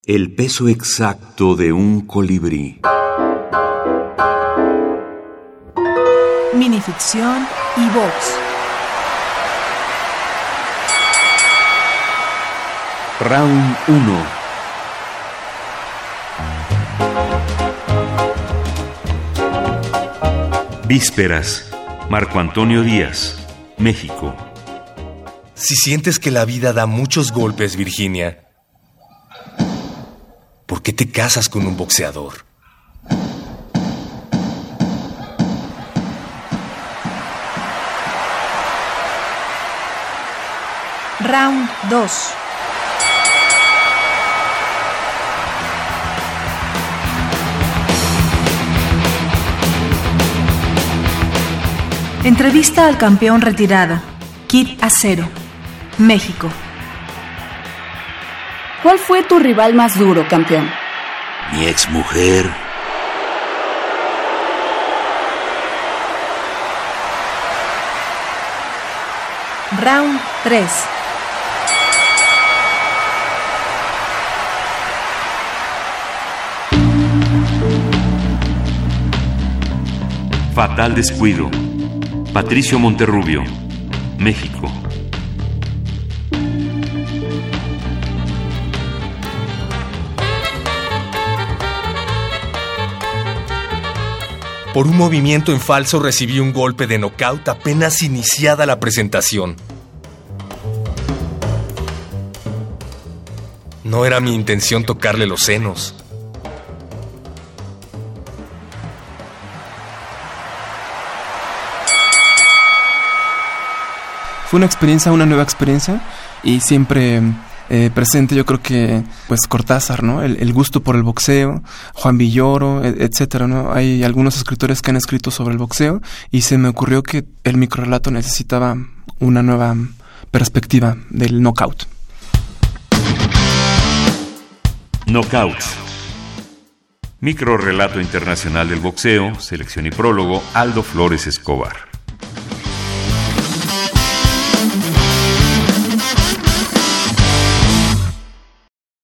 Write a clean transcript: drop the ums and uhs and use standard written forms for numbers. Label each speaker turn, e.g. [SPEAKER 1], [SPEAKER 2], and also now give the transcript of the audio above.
[SPEAKER 1] El peso exacto de un colibrí.
[SPEAKER 2] Minificción y box.
[SPEAKER 1] Round 1. Vísperas. Marco Antonio Díaz, México.
[SPEAKER 3] Si sientes que la vida da muchos golpes, Virginia, ¿por qué te casas con un boxeador?
[SPEAKER 2] Round 2. Entrevista al campeón retirado, Kid Acero, México.
[SPEAKER 4] ¿Cuál fue tu rival más duro, campeón?
[SPEAKER 1] Mi exmujer.
[SPEAKER 2] Round 3.
[SPEAKER 1] Fatal descuido. Patricio Monterrubio, México.
[SPEAKER 3] Por un movimiento en falso recibí un golpe de nocaut apenas iniciada la presentación. No era mi intención tocarle los senos.
[SPEAKER 5] Fue una nueva experiencia y siempre presente, yo creo que pues Cortázar, ¿no? El gusto por el boxeo, Juan Villoro, etcétera, ¿no? Hay algunos escritores que han escrito sobre el boxeo y se me ocurrió que el microrrelato necesitaba una nueva perspectiva del knockout.
[SPEAKER 1] Knockout. Microrrelato internacional del boxeo, selección y prólogo, Aldo Flores Escobar.